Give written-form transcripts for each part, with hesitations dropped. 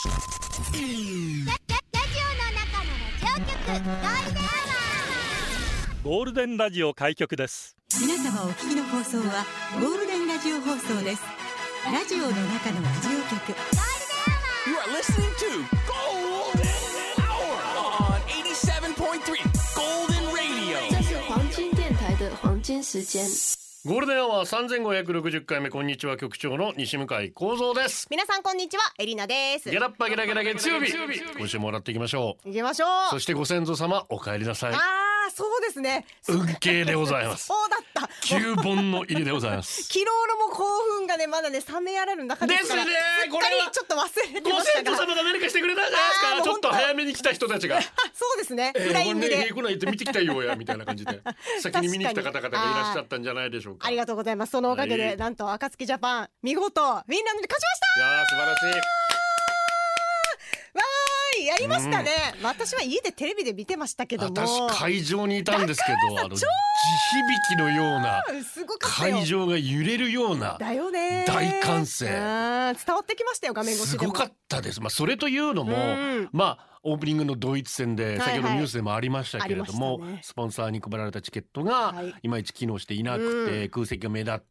ゴールデンラジオ開局です。 皆様お聞きの放送はゴールデンラジオ放送です。ラジオの中のラジオ局 You are listening to Golden Hour on 87.3 Golden Radio。 这是黄金電台的黄金時間。 ゴールデンアワー3560回目、こんにちは、局長の西向井光三です。 皆さんこんにちは、エリナです。 ゲラッパゲラゲラ月曜日、今週もらっていきましょう。 行きましょう。 そしてご先祖様お帰りなさい。 そうですね、 運慶でございます。 そうだった、 9本の入りでございます。 昨日のもう興奮がね、まだね冷めやれる中ですからですね。これはちょっと忘れてましたが、 ご先祖様が何かしてくれたんじゃないですか。ちょっと早めに来た人たちがそうですね、フライングでこないって見てきたよやみたいな感じで先に見に来た方々がいらっしゃったんじゃないでしょうか。 ありがとうございます。そのおかげで、なんと暁ジャパン見事フィンランドに勝ちました。 いやー素晴らしい。 やりましたね、私は家でテレビで見てましたけども、 私会場にいたんですけど、地響きのような、会場が揺れるような大歓声、伝わってきましたよ、画面越しでも。 すごかったです。それというのも、オープニングのドイツ戦で先ほどニュースでもありましたけれども、スポンサーに配られたチケットがいまいち機能していなくて、空席が目立って、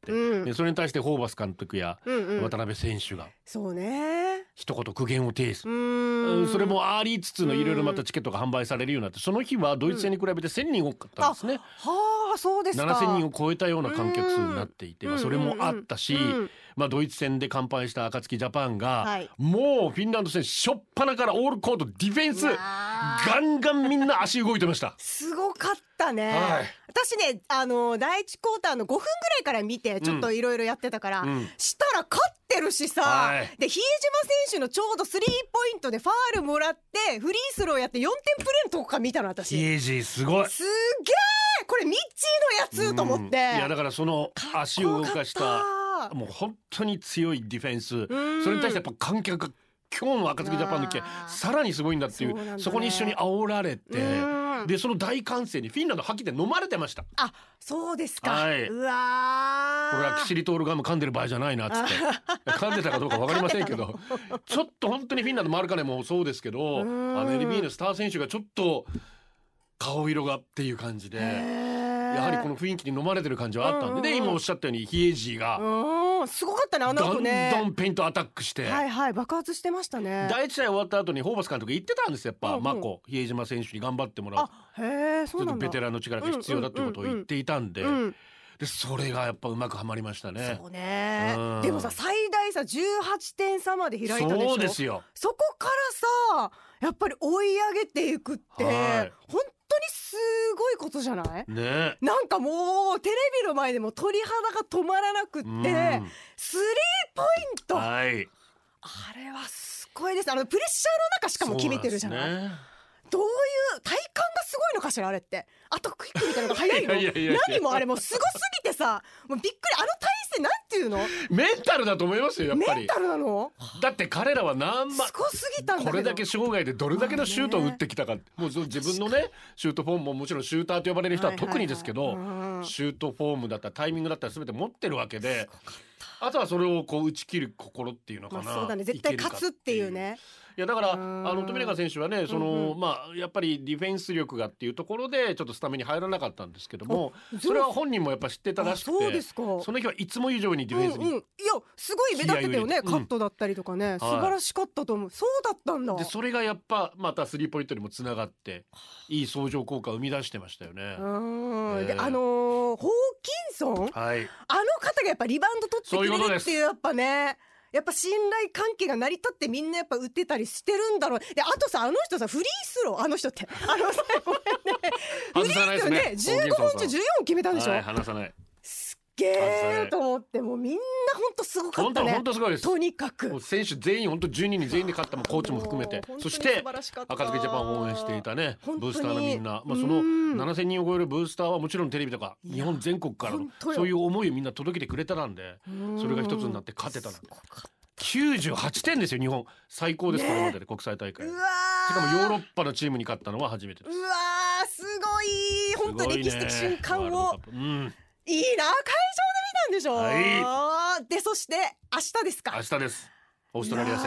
でそれに対してホーバス監督や渡辺選手がそうね、 一言苦言を呈す。それもありつつのいろいろまたチケットが販売されるようになって、その日はドイツ戦に比べて1000人多かったんですね。 そうですか。 7000人を超えたような観客数になっていて、それもあったし、ドイツ戦で完敗した暁ジャパンが、もうフィンランド戦初っ端からオールコートディフェンスガンガンみんな足動いてました。 すごかったね、私ね、第一クォーターの5分ぐらいから見てちょっといろいろやってたから、したら勝ってるしさ、で比江島選手のちょうどスリーポイントでファールもらってフリースローやって4点プレーのとこから見たの私。 比江島すごい、 すげえ、これミッチーのやつと思って、いやだからその足を動かしたもう本当に強いディフェンス、それに対してやっぱ観客が今日の暁ジャパンの時さらにすごいんだっていう、そこに一緒に煽られて、でその大歓声にフィンランド吐きで飲まれてました。 そうですか、うわー、 これはキシリトールガム噛んでる場合じゃないなっつって噛んでたかどうか分かりませんけどちょっと本当にフィンランドマルカネもそうですけど、NBA のスター選手がちょっと顔色がっていう感じで、やはりこの雰囲気に飲まれてる感じはあったんでね、今おっしゃったように比江島がすごかったね、あの子ね、 どんどんペイントアタックして、 爆発してましたね。 第一試合終わった後にホーバス監督言ってたんですよ、やっぱマコ比江島選手に頑張ってもらう、ちょっとベテランの力が必要だってことを言っていたんで、でそれがやっぱうまくはまりましたね。 そうね、でもさ、最大さ18点差まで開いたでしょ。 そうですよ。 そこからさ、やっぱり追い上げていくって、本当にすごいことじゃないね。なんかもうテレビの前でも鳥肌が止まらなくって、スリーポイント、あれはすごいです。プレッシャーの中しかも決めてるじゃない。どういう体感がすごいのかしら、あれって。あとクイックみたいなのが早いの何もあれもうすごすぎてさ、もうびっくり。あの体勢なんていうの、 メンタルだと思いますよ、やっぱり。 メンタルなの。 だって彼らはすごすぎたんだけど、 これだけ生涯でどれだけのシュートを打ってきたか、もう自分のねシュートフォームももちろんシューターと呼ばれる人は特にですけど、シュートフォームだったらタイミングだったら全て持ってるわけで、あとはそれをこう打ち切る心っていうのかな、 そうだね、絶対勝つっていうね。 いやだから富永選手はね、やっぱりディフェンス力がっていうところでちょっとスタメンに入らなかったんですけども、それは本人もやっぱ知ってたらしくて、その日はいつも以上にディフェンスに、 いやすごい目立ってたよね、カットだったりとかね、素晴らしかったと思う。そうだったんだ。 でそれがやっぱまたスリーポイントにもつながっていい相乗効果を生み出してましたよね。でホーキンソン、あの方がやっぱリバウンド取ってくれるっていう、やっぱね、やっぱ信頼関係が成り立ってみんなやっぱ打ってたりしてるんだろう。であとさ、あの人さ、フリースロー、あの人ってごめんねフリースローね、15本中14本決めたんでしょ。 離さない、 すっげーと思って、もうみんな本当すごかったね。 本当すごいです。 とにかく選手全員本当12人全員で勝ったもコーチも含めて、そして暁ジャパンを応援していたねブースターのみんな、その7000人を超えるブースターはもちろんテレビとか日本全国からのそういう思いをみんな届けてくれたなんで、それが一つになって勝てたなんて。98点ですよ、日本最高です、これまでで国際大会。しかもヨーロッパのチームに勝ったのは初めてです。 すごい、本当歴史的瞬間を、いいな、会場で見たんでしょ。でそして明日ですか。 明日です、オーストラリア戦。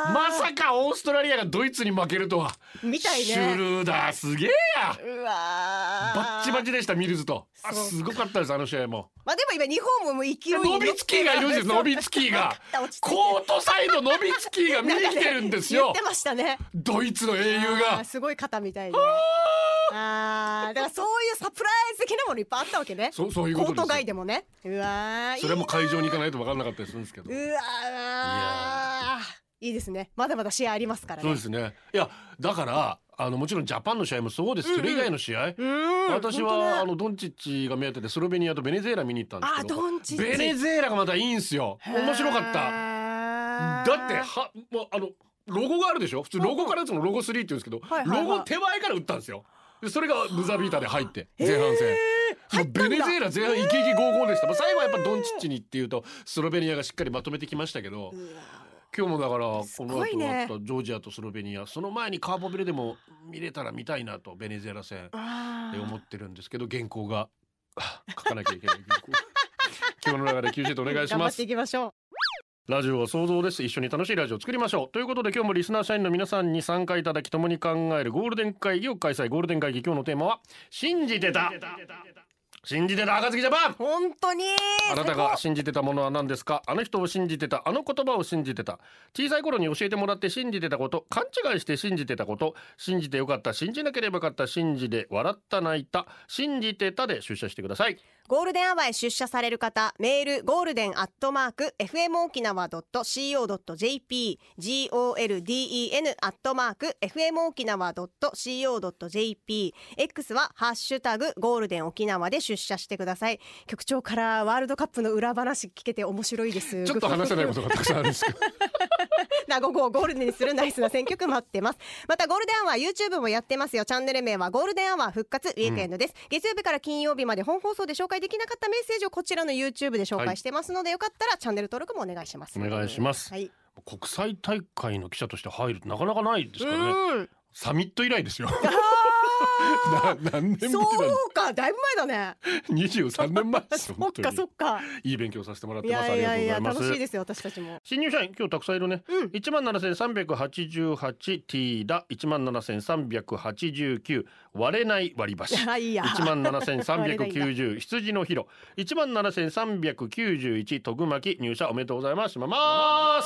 まさかオーストラリアがドイツに負けるとは。 みたいね。 シュルーダーすげえや。 うわバッチバチでしたミルズと。すごかったですあの試合も。 まあでも今日本も勢いノビツキーがいるんですノビツキーがコートサイドノビツキーが見に来てるんですよ。 言ってましたね。 ドイツの英雄がすごい方みたいで。だからそういうサプライズ的なものいっぱいあったわけね。 そういうことです。 コート外でもね。うわそれも会場に行かないと分からなかったりするんですけど。 うわいいですね。まだまだ試合ありますからね。 そうですね。いやだからもちろんジャパンの試合もそうですそれ以外の試合、私はドンチッチが目当てでスロベニアとベネズエラ見に行ったんですけど、ベネズエラがまたいいんすよ。面白かった。だってもうロゴがあるでしょ。普通ロゴから打つのロゴ3って言うんですけど、ロゴ手前から打ったんですよ。それがブザービーターで入って前半戦ベネズエラ前半イケイケゴーゴーでした。最後はやっぱドンチッチにっていうとスロベニアがしっかりまとめてきましたけど、今日もだからこの後あったジョージアとスロベニア、その前にカーボベルデも見れたら見たいなとベネズエラ戦で思ってるんですけど、原稿が書かなきゃいけない今日の流れ Q シートお願いします。 頑張っていきましょう。 ラジオは想像です。一緒に楽しいラジオを作りましょうということで、今日もリスナー社員の皆さんに参加いただき共に考えるゴールデン会議を開催。ゴールデン会議今日のテーマは信じてた信じてた暁ジャパン。 本当にあなたが信じてたものは何ですか。あの人を信じてた、あの言葉を信じてた、小さい頃に教えてもらって信じてたこと、勘違いして信じてたこと、信じてよかった、信じなければよかった、信じて笑った泣いた、信じてたで出社してください。 ゴールデンアワーへ出社される方、メールゴールデン@fmokinawa.co.jp golden@fmokinawa.co.jp X はハッシュタグゴールデン沖縄で出社してください。局長からワールドカップの裏話聞けて面白いです。 ちょっと話せないことがたくさんあるんですけど午後をゴールデンにするナイスな選曲待ってます。またゴールデンアワー YouTube もやってますよ。チャンネル名はゴールデンアワー復活ウィークエンドです、月曜日から金曜日まで本放送で紹介できなかったメッセージをこちらの YouTube で紹介してますので、よかったらチャンネル登録もお願いします。 お願いします、国際大会の記者として入るってなかなかないですからね。サミット以来ですよ何年ぶりだ。 そうか、だいぶ前だね。 23年前ですよ。 そっかそっか。 いい勉強させてもらってます。ありがとうございます。 楽しいですよ私たちも。 新入社員今日たくさんいるね。17,388T だ。17,389割れない割り箸。17,390羊のヒロ。17,391トグマキ入社おめでとうございます。します。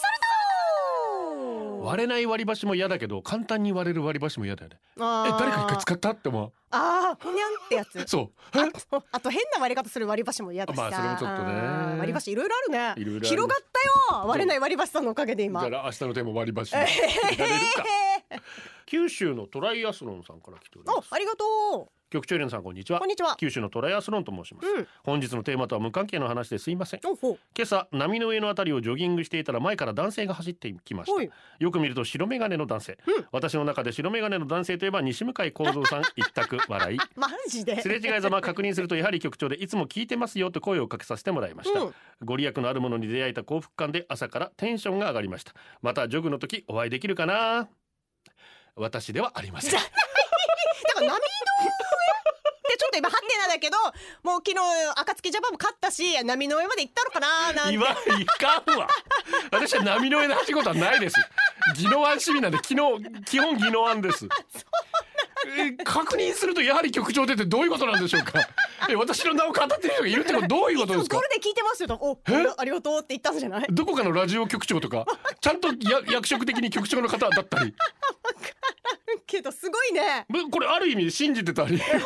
割れない割り箸も嫌だけど簡単に割れる割り箸も嫌だよね。誰か一回使ったって思う。 ほにゃんってやつ。 そうあと変な割り方する割り箸も嫌だしさ。 それもちょっとね。 割り箸いろいろあるね。広がったよ割れない割り箸さんのおかげで今。 じゃあ明日のテーマ割り箸やれるか九州のトライアスロンさんから来ております。 ありがとう。 局長エレンさんこんにちは。 こんにちは。 九州のトライアスロンと申します、本日のテーマとは無関係の話ですいません。今朝波の上のあたりをジョギングしていたら前から男性が走ってきました。よく見ると白眼鏡の男性、私の中で白眼鏡の男性といえば西向井幸三さん一択笑いマジですれ違いざま確認するとやはり局長でいつも聞いてますよと声をかけさせてもらいました、ご利益のあるものに出会えた幸福感で朝からテンションが上がりました。またジョグの時お会いできるかな。私ではありませんだから波の上ってちょっと今ハテナだけど、もう昨日暁ジャパンも勝ったし波の上まで行ったのかななんて。 いかんわ私は波の上で走ることはないです。宜野湾市民なんで基本宜野湾です確認するとやはり局長出てどういうことなんでしょうか私の名を語ってる人がいるってことどういうことですか。 ゴールデン聞いてますよとありがとうって言ったんじゃない。 どこかのラジオ局長とかちゃんと役職的に局長の方だったりけどすごいね。 これある意味信じてたりすげ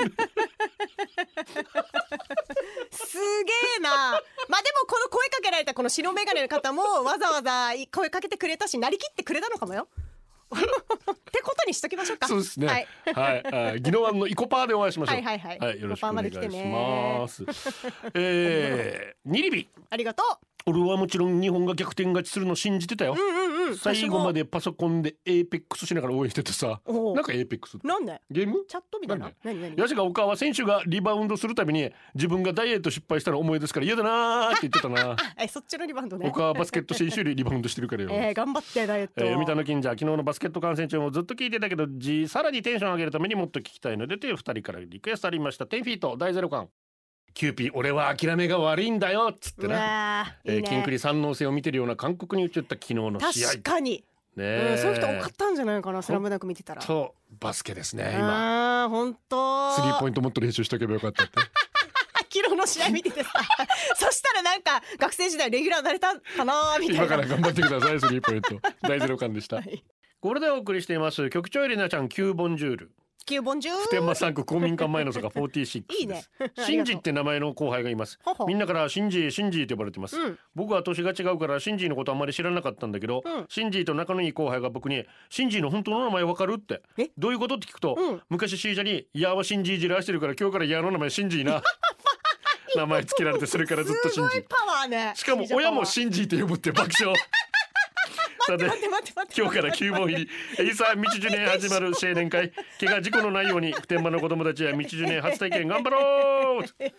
えな。まあでもこの声かけられたこの白眼鏡の方もわざわざ声かけてくれたしなりきってくれたのかもよってことにしときましょうか。 そうですね。はい。宜野湾のイコパーでお会いしましょう。 はい。 よろしくお願いします。ニリビ。 ありがとう。 俺はもちろん日本が逆転勝ちするの信じてたよ。最後までパソコンでエーペックスしながら応援しててさ。なんかエーペックス。 なんで？ ゲーム？ チャットみたいな。 ヤシが岡は選手がリバウンドするたびに自分がダイエット失敗したの思いですから嫌だなーって言ってたな。 そっちのリバウンドね。 岡はバスケット選手よりリバウンドしてるからよ。 頑張ってダイエット。 三田の近所昨日のバスケット観戦中もずっと聞いてたけどさらにテンション上げるためにもっと聞きたいのでという2人からリクエストありました。10フィート第0巻。 キューピー俺は諦めが悪いんだよっつってな、いいね、キンクリ三能星を見てるような感覚に映った昨日の試合。 確かにね、そういう人多かったんじゃないかな、スラムダンク見てたら。 そうバスケですね今。 本当。 スリーポイントもっと練習しとけばよかったって昨日の試合見ててさそしたらなんか学生時代レギュラーになれたかなみたいな。 今から頑張ってくださいスリーポイント大ゼロ感でした、はい、これでお送りしています局長エリナちゃん9ボンジュール。 9ボンジュール。 普天間産区公民館前の坂46です。いいねシンジって名前の後輩がいます。みんなからシンジって呼ばれてます、僕は年が違うからシンジのことあんまり知らなかったんだけど、シンジと仲のいい後輩が僕にシンジの本当の名前わかるってどういうことって聞くと、昔シージャにヤーはシンジいじらしてるから今日からヤーの名前シンジな名前つけられてそれからずっとシンジ。 すごいパワーね。 しかも親もシンジって呼ぶって爆笑待って今日から9本入りいさ道樹年始まる青年会怪我事故のないように普天間の子供たちや道樹年初体験頑張ろうせめて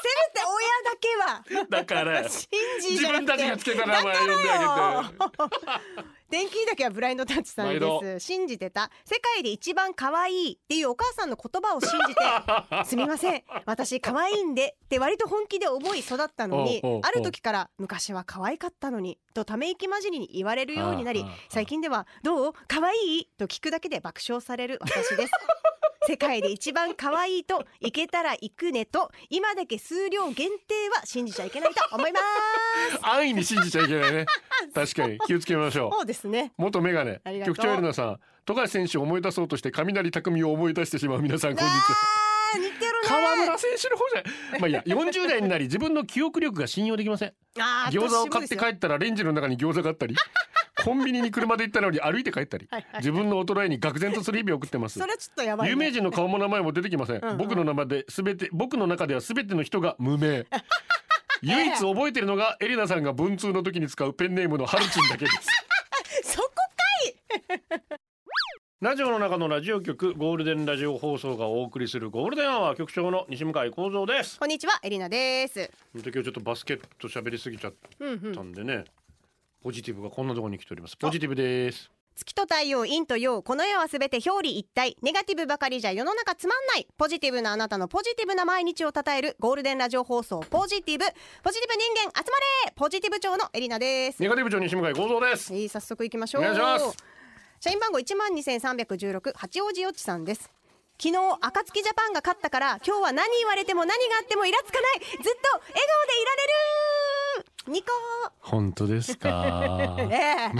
親だけはだから自分たちがつけた名前呼んであげて電気だけはブラインドタッチさんです。信じてた世界で一番可愛いっていうお母さんの言葉を信じてすみません私可愛いんでって割と本気で思い育ったのにある時から昔は可愛かったのにとため息混じりに言われるようになり最近ではどう可愛いと聞くだけで爆笑される私です世界で一番可愛いといけたら行くねと今だけ数量限定は信じちゃいけないと思います安易に信じちゃいけないね確かに気をつけましょう。 そうですね。 元メガネ局長エリナさん富樫選手を思い出そうとして雷匠を思い出してしまう皆さんこんにちは。 似てるね。 河村選手の方じゃまあいや40代になり自分の記憶力が信用できません。餃子を買って帰ったらレンジの中に餃子があったりコンビニに車で行ったのに歩いて帰ったり自分の衰えに愕然とする日々を送ってます。 それちょっとやばいね。 有名人の顔も名前も出てきません、僕の中では全ての人が無名唯一覚えてるのがエリナさんが文通の時に使うペンネームのハルチンだけですそこかいラジオの中のラジオ局ゴールデンラジオ放送がお送りするゴールデンアワー局長の西向井光三です。 こんにちはエリナです。 今日ちょっとバスケット喋りすぎちゃったんでね、ポジティブがこんなところに来ております。ポジティブです。 月と太陽陰と陽この世はすべて表裏一体ネガティブばかりじゃ世の中つまんないポジティブなあなたのポジティブな毎日を称えるゴールデンラジオ放送ポジティブ人間集まれポジティブ長のエリナです。 ネガティブ長西向井光三です。 早速いきましょう。 お願いします。 社員番号12316八王子よっちさんです。昨日暁ジャパンが勝ったから今日は何言われても何があってもイラつかないずっと笑顔でいられるニコ本当ですかせめ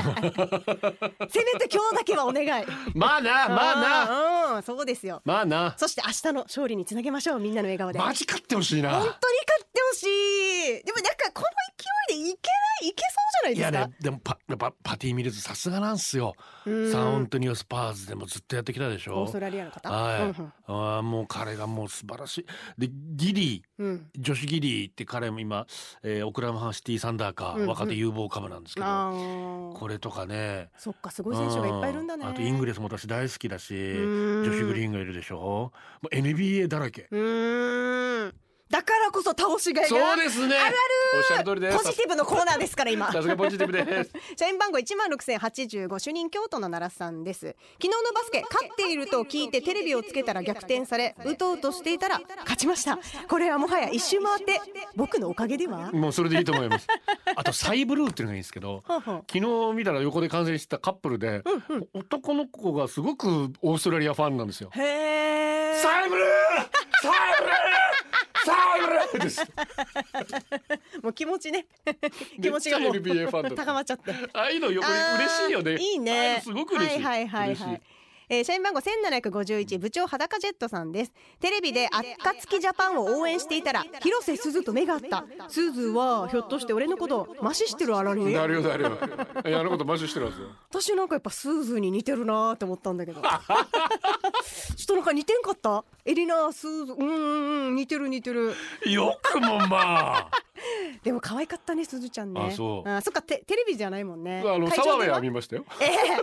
て今日だけはお願いまあなそうですよ。 まあなそして明日の勝利につなげましょうみんなの笑顔で。 マジ勝ってほしいな。 本当に勝ってほしい。でもなんかこの勢いでいけそうじゃないですか。 いやねでもパティミルズさすがなんすよ。サウントニオスパーズでもずっとやってきたでしょ。 オーストラリアの方。 はい、もう彼がもう素晴らしい。でギリー、ジョシュ・ギリーって彼も今、オクラハマシティサンダーか、若手有望株なんですけど、これとかね。 そっかすごい選手がいっぱいいるんだね。 あとイングレスも私大好きだし、ジョシュ・グリーンがいるでしょ。もう NBA だらけ。 だからこそ倒しがいがそうですね。 あるあるおっしゃる通りです。 ポジティブのコーナーですから今さすがポジティブです社員番号16085主任京都の奈良さんです。昨日のバスケ勝っていると聞いてテレビをつけたら逆転されうとうとしていたら勝ちました。これはもはや一周回って僕のおかげでは。 もうそれでいいと思いますあとサイブルーっていうのがいいんですけど昨日見たら横で観戦してたカップルで、男の子がすごくオーストラリアファンなんですよ。 へーサイブルーサイブルーサイブルーですもう気持ちね気持ちがもう高まっちゃってああいうの横に嬉しいよね。 いいね。 すごく嬉しい。 社員番号1751部長裸ジェットさんです。テレビで暁ジャパンを応援していたら広瀬すずと目が合った。すずはひょっとして俺のことマシしてるあらりなるよなるよいやあのことマシしてるはずよ。 私なんかやっぱすずに似てるなって思ったんだけどちょっとなんか似てんかったエリナすず似てるよくもまあでも可愛かったねすずちゃんね。 あそうそっかテレビじゃないもんね。 澤部は見ましたよ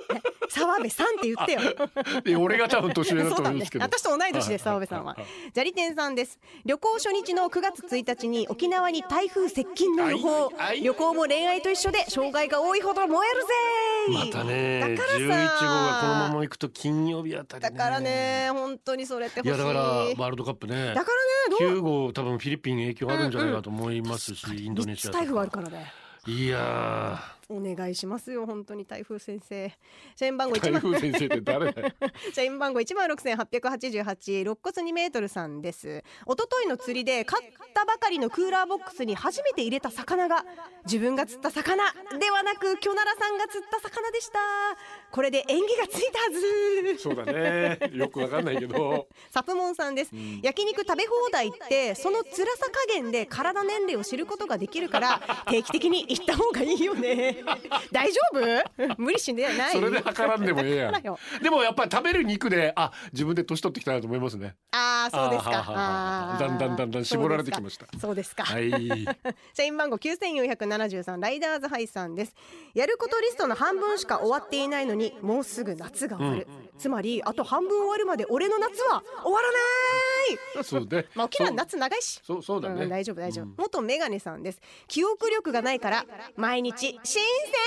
澤部さんって言ってよ俺が多分年上だと思うんですけど、 私と同い年です。澤部さんはジャリテンさんです。旅行初日の9月1日に沖縄に台風接近の予報。旅行も恋愛と一緒で障害が多いほど燃えるぜ。 またね、11号がこのまま行くと金曜日あたりね。 だからね、本当にそれって欲しい。 いやだからワールドカップね、 だからね、 9号多分フィリピン影響あるんじゃないかと思いますし、インドネシアとか台風あるからね。 いやお願いしますよ、本当に台風先生。社員番号台風先生って誰だよ社員番号16,888、肋骨2メートルさんです。一昨日の釣りで買ったばかりのクーラーボックスに初めて入れた魚が自分が釣った魚ではなくキョナラさんが釣った魚でした。これで縁起がついたはず。 そうだね、よくわかんないけどサプモンさんです、焼肉食べ放題ってその辛さ加減で体年齢を知ることができるから定期的に行った方がいいよね大丈夫？無理しんでない。 それで測らんでもええやんでもやっぱり食べる肉で自分で年取ってきたなと思いますね。 そうですか。 だんだん絞られてきました。 そうですか。 はい社員番号9473、ライダーズハイさんです。やることリストの半分しか終わっていないのにもうすぐ夏が終わる、つまりあと半分終わるまで俺の夏は終わらないそうで、 沖縄夏長いし、 そうだね、 大丈夫。元メガネさんです。記憶力がないから毎日新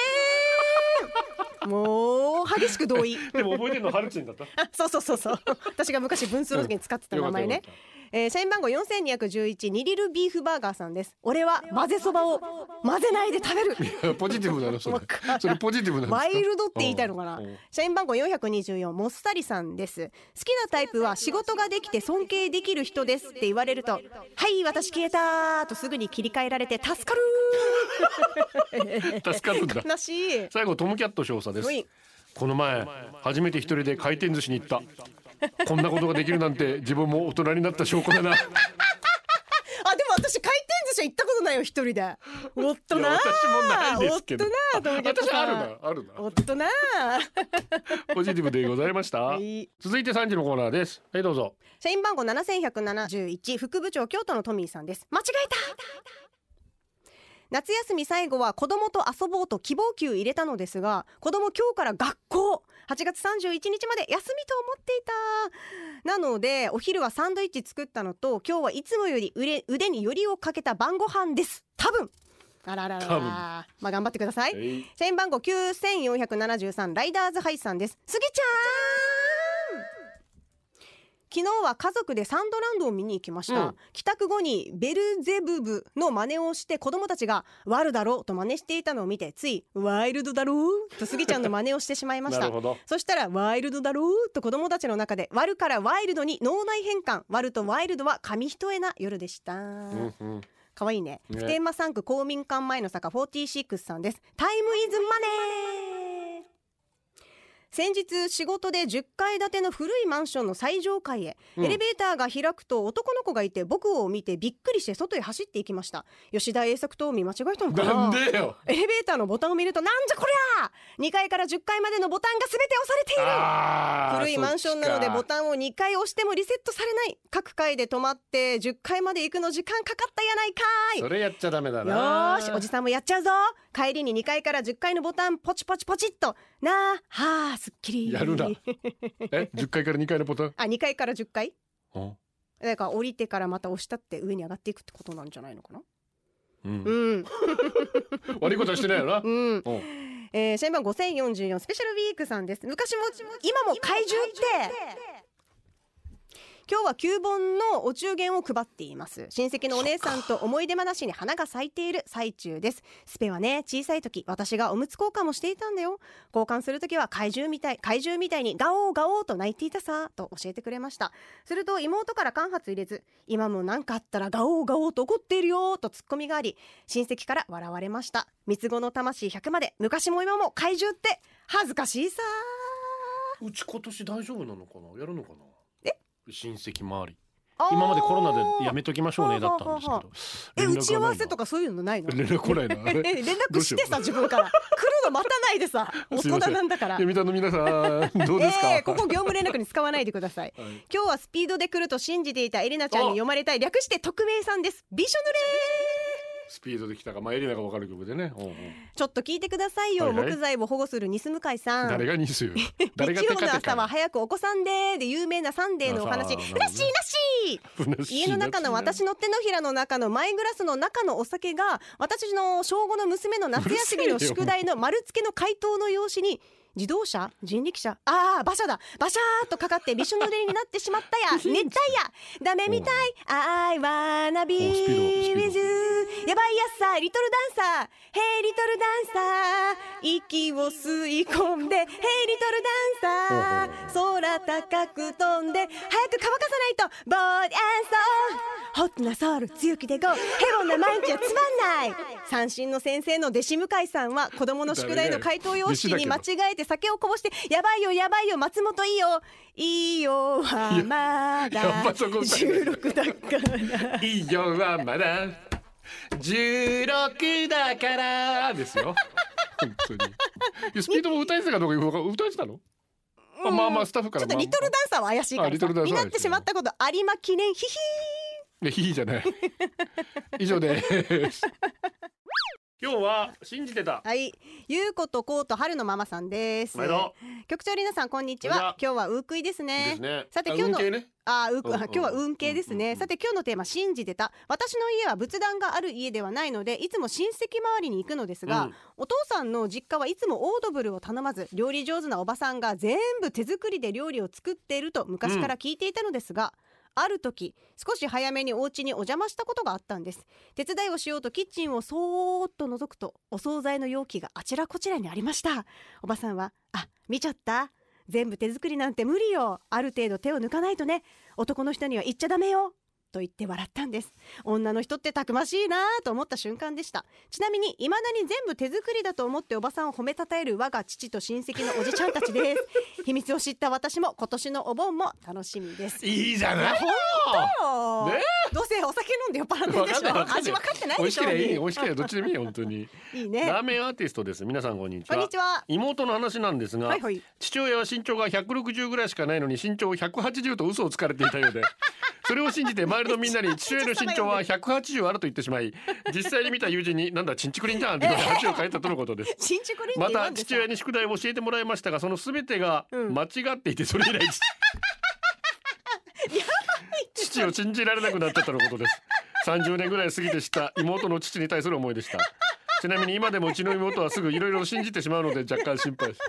鮮もう激しく同意でも覚えてるのハルチンだったそう私が昔文通の時に使ってた名前ね。社員番号4211、ニリルビーフバーガーさんです。俺は混ぜそばを混ぜないで食べる。 いやポジティブなのそれポジティブなの。 ワイルドって言いたいのかな。社員番号424、モッサリさんです。好きなタイプは仕事ができて尊敬できる人ですって言われると、はい私消えたとすぐに切り替えられて助かる助かるんだ。 悲しい。 最後トムキャット少佐です。この前初めて一人で回転寿司に行った。こんなことができるなんて自分も大人になった証拠だなでも私回転寿司行ったことないよ一人で。おっとな。 私もないですけど。私あるな。 おっとな。 ポジティブでございました、続いて3時のコーナーです。はいどうぞ。 社員番号7171、副部長京都のトミーさんです。間違えた。夏休み最後は子供と遊ぼうと希望球入れたのですが、子供今日から学校、8月31日まで休みと思っていた。なのでお昼はサンドイッチ作ったのと、今日はいつもより腕によりをかけた晩ご飯です。多分まあ頑張ってください。社員番号9473、ライダーズハイさんです。スギちゃん、昨日は家族でサンドランドを見に行きました、帰宅後にベルゼブブの真似をして子供たちがワルだろうと真似していたのを見て、ついワイルドだろうとスギちゃんの真似をしてしまいましたそしたらワイルドだろうと子供たちの中でワルからワイルドに脳内変換。ワルとワイルドは紙一重な夜でした、かわいいね。普天間産区公民館前の坂46さんです。タイムイズマネー。先日仕事で10階建ての古いマンションの最上階へ、エレベーターが開くと男の子がいて僕を見てびっくりして外へ走っていきました。吉田栄作と見間違えたのかな。 なんでよ。 エレベーターのボタンを見ると、なんじゃこりゃ、2階から10階までのボタンが全て押されている。古いマンションなのでボタンを2回押してもリセットされない。各階で止まって10階まで行くの時間かかったやないかい。 それやっちゃダメだな。 よしおじさんもやっちゃうぞ。帰りに2階から10階のボタンポチポチポチっとなあ、はあすっきりやるな10階から2階のボタン、 2階から10階だから降りてからまた押したって上に上がっていくってことなんじゃないのかな。 悪いことはしてないよな。 社員番5044、スペシャルウィークさんです。昔も今も怪獣って今日は9本のお中元を配っています。親戚のお姉さんと思い出話に花が咲いている最中です。スペはね、小さい時私がおむつ交換もしていたんだよ。交換する時は怪獣みたいにガオーガオーと泣いていたさと教えてくれました。すると妹から間髪入れず、今も何かあったらガオーガオーと怒っているよとツッコミがあり、親戚から笑われました。三つ子の魂100まで、昔も今も怪獣って恥ずかしいさ。 うち今年大丈夫なのかな、やるのかな。親戚周り今までコロナでやめときましょうねだったんですけど、 打ち合わせとかそういうのないの。 連絡来ないな連絡してさ、自分から来るの待たないでさ、大人なんだから。 読谷の皆さんどうですか。 ここ業務連絡に使わないでください、今日はスピードで来ると信じていたエレナちゃんに読まれたい、略して匿名さんです。びしょ濡れスピードできたか、エリナが分かる曲でね。 ちょっと聞いてくださいよ、はいはい、木材を保護するニス向井さん。 誰がニスよ。誰が日曜の朝は早くお子さんで有名なサンデーのお話。ふなっしーなし家の中の私の手のひらの中のマイグラスの中のお酒が私の小5の娘の夏休みの宿題の丸付けの回答の用紙に自動車人力車馬車だバシャーとかかってびしょ濡れになってしまったや熱帯夜ダメみたい I wanna be with you やばいやっさリトルダンサー Hey リトルダンサー息を吸い込んで Hey リトルダンサー空高く飛んで早く乾かさないとボーディアンソーホットなソウル強気でゴーヘボンな毎日はつまんない三振の先生の弟子向井さんは子供の宿題の回答用紙に間違えて酒をこぼしてやばいよやばいよ松本いいよいいよはまだ16だからいいよはまだ16だからですよ本当に。スピードも歌えてたかどうか歌えてたの？まあスタッフからちょっとリトルダンサーは怪しいからさになってしまったこと有馬記念ヒヒヒヒじゃない以上です今日は信じてた。 はい、ゆうことこうと春のママさんです。局長りなさんこんにちは。今日はウークイですね。さて今日の今日は運慶ですね。さて今日のテーマ信じてた。私の家は仏壇がある家ではないのでいつも親戚周りに行くのですが、お父さんの実家はいつもオードブルを頼まず料理上手なおばさんが全部手作りで料理を作っていると昔から聞いていたのですが、ある時少し早めにお家にお邪魔したことがあったんです。手伝いをしようとキッチンをそーっと覗くとお惣菜の容器があちらこちらにありました。おばさんは見ちゃった、全部手作りなんて無理よ、ある程度手を抜かないとね、男の人には言っちゃダメよと言って笑ったんです。女の人ってたくましいなと思った瞬間でした。ちなみに未だに全部手作りだと思っておばさんを褒めたたえる我が父と親戚のおじちゃんたちです秘密を知った私も今年のお盆も楽しみです。 いいじゃない。 本当よ、ね、どうせお酒飲んで酔っ払ってるでしょ。味分かってないでしょ。 美味しければどっちでもいいよ本当にいいね。 ラーメンアーティストです。皆さんこんにちは。 こんにちは。 妹の話なんですが、父親は身長が160ぐらいしかないのに身長180と嘘をつかれていたようでそれを信じて周りのみんなに父親の身長は180あると言ってしまい、実際に見た友人になんだチンチクリンじゃんって話を変えたとのことですまた父親に宿題を教えてもらいましたが、その全てが間違っていて、それ以来父を信じられなくなったとのことです。30年ぐらい過ぎて知った妹の父に対する思いでした。ちなみに今でもうちの妹はすぐいろいろ信じてしまうので若干心配です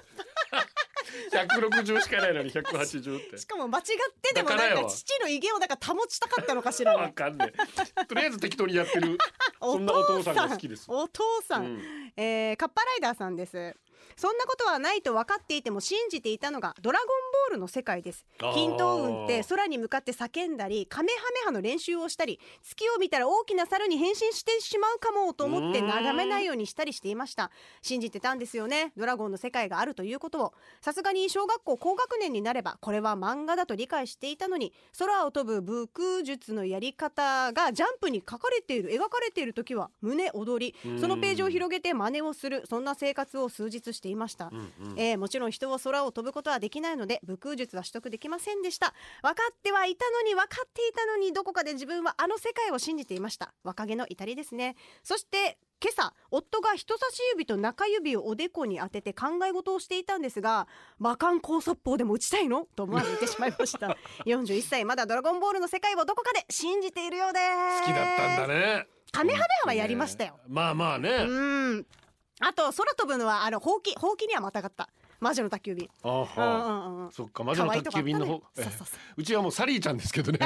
160しかないのに180って、 しかも間違ってでもなんか父の威厳をなんか保ちたかったのかしら、ね、 わかんねえとりあえず適当にやってるそんなお父さんが好きです。 お父さん、カッパライダーさんです。そんなことはないと分かっていても信じていたのがドラゴンボールの世界です。均等運って空に向かって叫んだりカメハメハの練習をしたり、月を見たら大きな猿に変身してしまうかもと思って眺めないようにしたりしていました。信じてたんですよね、ドラゴンの世界があるということを。さすがに小学校高学年になればこれは漫画だと理解していたのに、空を飛ぶ武空術のやり方がジャンプに描かれている描かれている時は胸躍り、そのページを広げて真似をする、そんな生活を数日していました。もちろん人を空を飛ぶことはできないので武空術は取得できませんでした。分かってはいたのに分かっていたのにどこかで自分はあの世界を信じていました。若気の至りですね。そして今朝夫が人差し指と中指をおでこに当てて考え事をしていたんですが、魔漢高速砲でも打ちたいのと思わず言ってしまいました41歳まだドラゴンボールの世界をどこかで信じているようです。 好きだったんだね。 カメハメハはやりましたよ、 まあね。 あと空飛ぶのはほうきにはまたがった魔女の宅急便。 そっか、魔女の宅急便の方、うちはもうサリーちゃんですけどね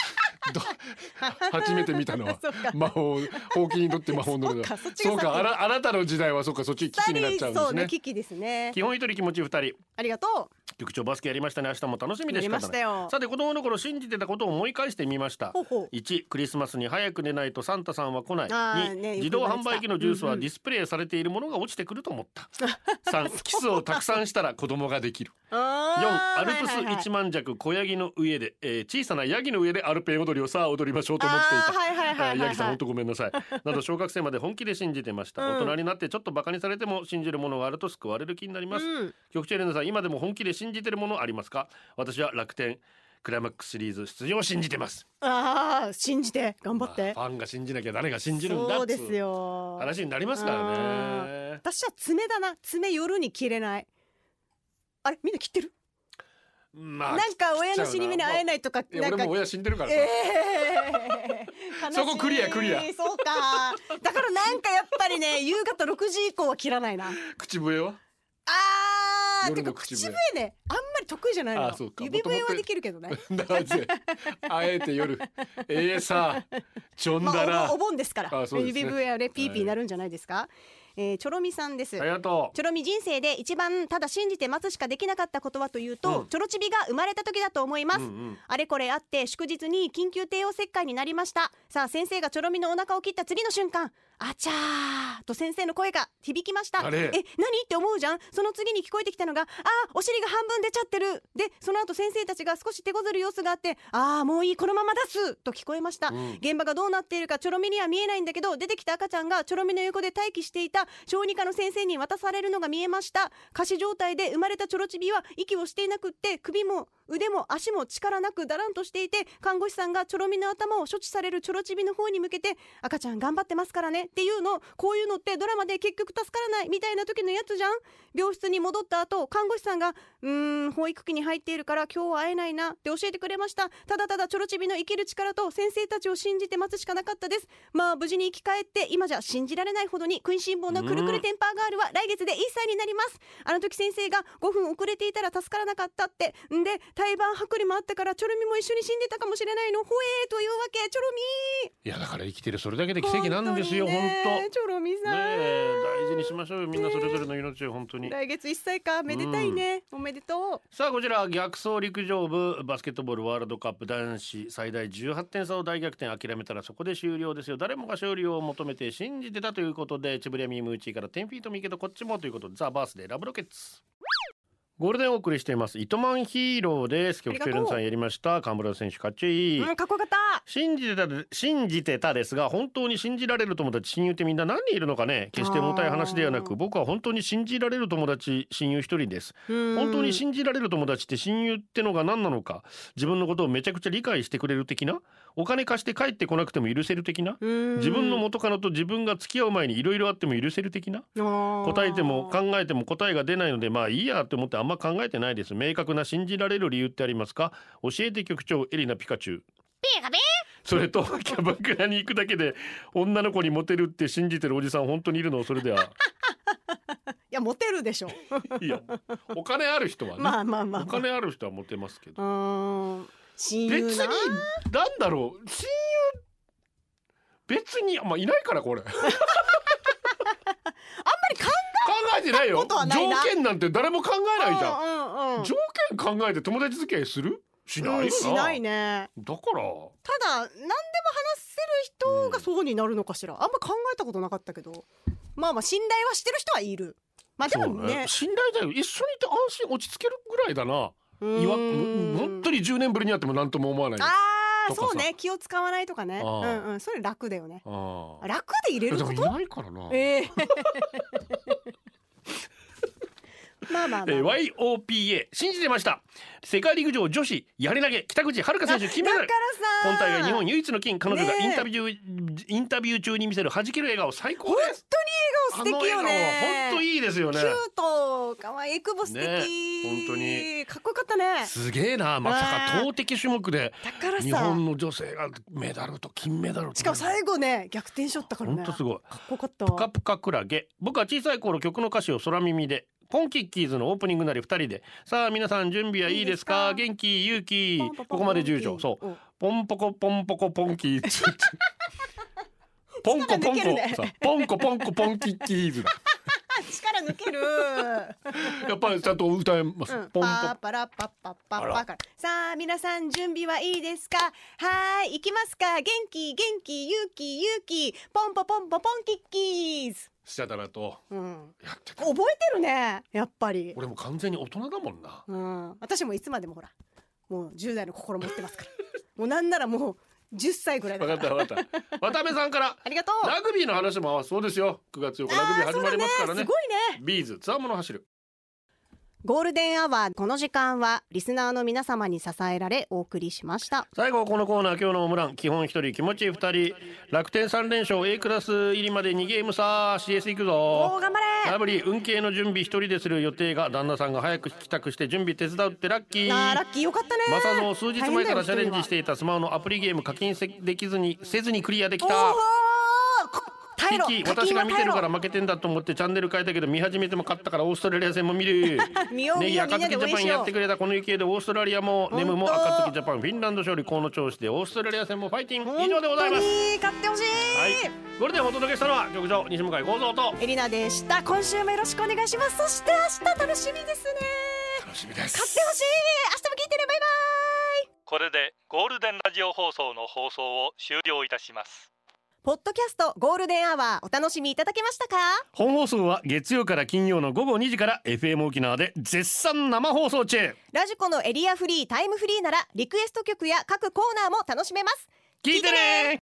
初めて見たのは魔法、ほうきにとって魔法のそうか、あなたの時代はそっか、そっち危機になっちゃうんですね。 そうね、危機ですね。 基本一人気持ち二人。 ありがとう局長。バスケやりましたね。明日も楽しみでしかない。さて子供の頃信じてたことを思い返してみました。1、クリスマスに早く寝ないとサンタさんは来ない。2、自動販売機のジュースはディスプレイされているものが落ちてくると思った。3、キスをたくさんしたら子供ができる。4、アルプス一万尺小ヤギの上で、小さなヤギの上でアルペン踊りをさあ踊りましょうと思っていた。ヤギさん本当ごめんなさいなど小学生まで本気で信じてました。大人になってちょっとバカにされても信じるものがあると救われる気になります。局長エレナさん、今でも本気で信じてるものありますか？私は楽天クライマックスシリーズ出場を信じてます。 ああ、信じて頑張って、 ファンが信じなきゃ誰が信じるんだっつう話になりますからね。 私は爪だな。爪夜に切れない。あれみんな切ってる？なんか親の死に目に会えないとか。 俺も親死んでるからさ、そこクリア。 そうか。だからなんかやっぱりね、夕方6時以降は切らないな。 口笛は？ てか口笛ね、あんまり得意じゃないの。指笛はできるけどね。 あえて夜さちょんだら、 お盆ですから指笛はねピーピーなるんじゃないですか。チョロミさんです。 ありがとう。 チョロミ人生で一番ただ信じて待つしかできなかったことはというと、チョロチビが生まれた時だと思います。あれこれあって祝日に緊急帝王切開になりました。さあ先生がチョロミのお腹を切った次の瞬間、あちゃーと先生の声が響きました。何って思うじゃん。その次に聞こえてきたのが、お尻が半分出ちゃってる。でその後先生たちが少し手こずる様子があって、もういい、このまま出すと聞こえました。現場がどうなっているかチョロミには見えないんだけど、出てきた赤ちゃんがチョロミの横で待機していた小児科の先生に渡されるのが見えました。仮死状態で生まれたチョロチビは息をしていなくって、首も腕も足も力なくだらんとしていて、看護師さんがチョロミの頭を処置されるチョロチビの方に向けて、赤ちゃん頑張ってますからねっていうの。こういうのってドラマで結局助からないみたいな時のやつじゃん。病室に戻った後、看護師さんが保育器に入っているから今日は会えないなって教えてくれました。ただただチョロチビの生きる力と先生たちを信じて待つしかなかったです。無事に生き返って、今じゃ信じられないほどに食いしん坊のくるくるテンパーガールは来月で1歳になります。あの時先生が5分遅れていたら助からなかったってんで、胎盤剥離もあったからチョロミも一緒に死んでたかもしれないの。ほえーというわけ。チョロミいやだから生きてるそれだけで奇跡なんですよ。本当チョロミさん、 大事にしましょうよ、みんなそれぞれの命を。本当に来月1歳か、めでたいね。おめでとう。 さあこちら逆走陸上部バスケットボールワールドカップ男子最大18点差を大逆転、諦めたらそこで終了ですよ。誰もが勝利を求めて信じてたということで、チブリアミームーチーから10フィート右けどこっちもということで、ザ・バースデーラブロケッツゴールデンお送りしています糸満ヒーローです。曲中連さんやりました。河村選手かっちょいい、 かっこよかった。 信じてたですが、本当に信じられる友達親友ってみんな何人いるのかね。決して重たい話ではなく、僕は本当に信じられる友達親友一人です。本当に信じられる友達って親友ってのが何なのか、自分のことをめちゃくちゃ理解してくれる的な、お金貸して帰ってこなくても許せる的な、自分の元カノと自分が付き合う前にいろいろあっても許せる的な、答えても考えても答えが出ないのでまあいいやって思ってあんま考えてないです。明確な信じられる理由ってありますか？教えて局長エリナピカチュウ。 ピカピそれとキャバクラに行くだけで女の子にモテるって信じてるおじさん本当にいるの？それではいやモテるでしょいやお金ある人はね、お金ある人はモテますけど、 親友な、 別になんだろう、親友別にいないからこれあんまり考えてないよ。条件なんて誰も考えないじゃん。条件考えて友達付き合いする？しない？ しないね。 だからただ何でも話せる人がそうになるのかしら。あんま考えたことなかったけど、信頼はしてる人はいる。でもね、 信頼だよ。一緒にいて安心落ち着けるぐらいだな。本当に10年ぶりに会っても何とも思わない。 そうね、気を使わないとかね。それ楽だよね。楽で入れること？ でもいないからな。YOPA 信じてました。世界陸上女子やり投げ北口榛花選手金メダル。今大会日本唯一の金。彼女がインタビュー中に見せる弾ける笑顔最高です。 本当に笑顔素敵よね。 本当いいですよね。 キュート可愛いエクボ素敵、 本当にかっこよかったね。 すげえな。まさか投擲種目で日本の女性がメダルと金メダル、 しかも最後ね逆転しちゃったからね。 本当すごいかっこよかった。 ぷかぷかクラゲ。僕は小さい頃曲の歌詞を空耳で、ポンキッキーズのオープニングなり2人で、さあ皆さん準備はいいですか？元気勇気、ここまで10条。そうポンポコポンポコポンキーズポンコポンコ、ポンコポンコポンキッキーズだ力抜けるやっぱりちゃんと歌えます。ポンパパラパッパッパッパから。さあ皆さん準備はいいですか？はい行きますか？元気元気勇気勇気、ポンポポンポポンキッキーズしちゃったなと、やってた。 覚えてるねやっぱり。 俺も完全に大人だもんな。 私もいつまでもほらもう10代の心持ってますからもうなんならもう10歳ぐらいだから。 分かった渡辺さんからありがとう。 ラグビーの話もそうですよ。9月8日ラグビー始まりますからね。 すごいね。 ビーズつわもの走る。 ゴールデンアワー、この時間はリスナーの皆様に支えられお送りしました。 最後このコーナー、今日のホームラン、基本1人気持ち2人、楽天3連勝、 A クラス入りまで2ゲームさ。 CS 行くぞ。 おー頑張れ。 ラブリー、運慶の準備1人でする予定が旦那さんが早く帰宅して準備手伝うってラッキー。 ラッキー、よかったね。 マサゾ数日前からチャレンジしていたスマホのアプリゲーム課金せずにクリアできた。キキ、私が見てるから負けてんだと思ってチャンネル変えたけど、見始めても勝ったからオーストラリア戦も見る。ネギ暁ジャパンやってくれたこの勢いでオーストラリアも、ネムも暁ジャパン、フィンランド勝利、この調子でオーストラリア戦もファイティング。以上でございます。 勝ってほしい。 はい、ゴールデンをお届けしたのは局長西向井光三とエリナでした。今週もよろしくお願いします。そして明日楽しみですね。 楽しみです。 勝ってほしい。明日も聞いてね。バイバイ。 これでゴールデンラジオ放送の放送を終了いたします。 ポッドキャストゴールデンアワー、お楽しみいただけましたか？ 本放送は月曜から金曜の午後2時から FM 沖縄で絶賛生放送中。 ラジコのエリアフリー、タイムフリーならリクエスト曲や各コーナーも楽しめます。 聞いてね。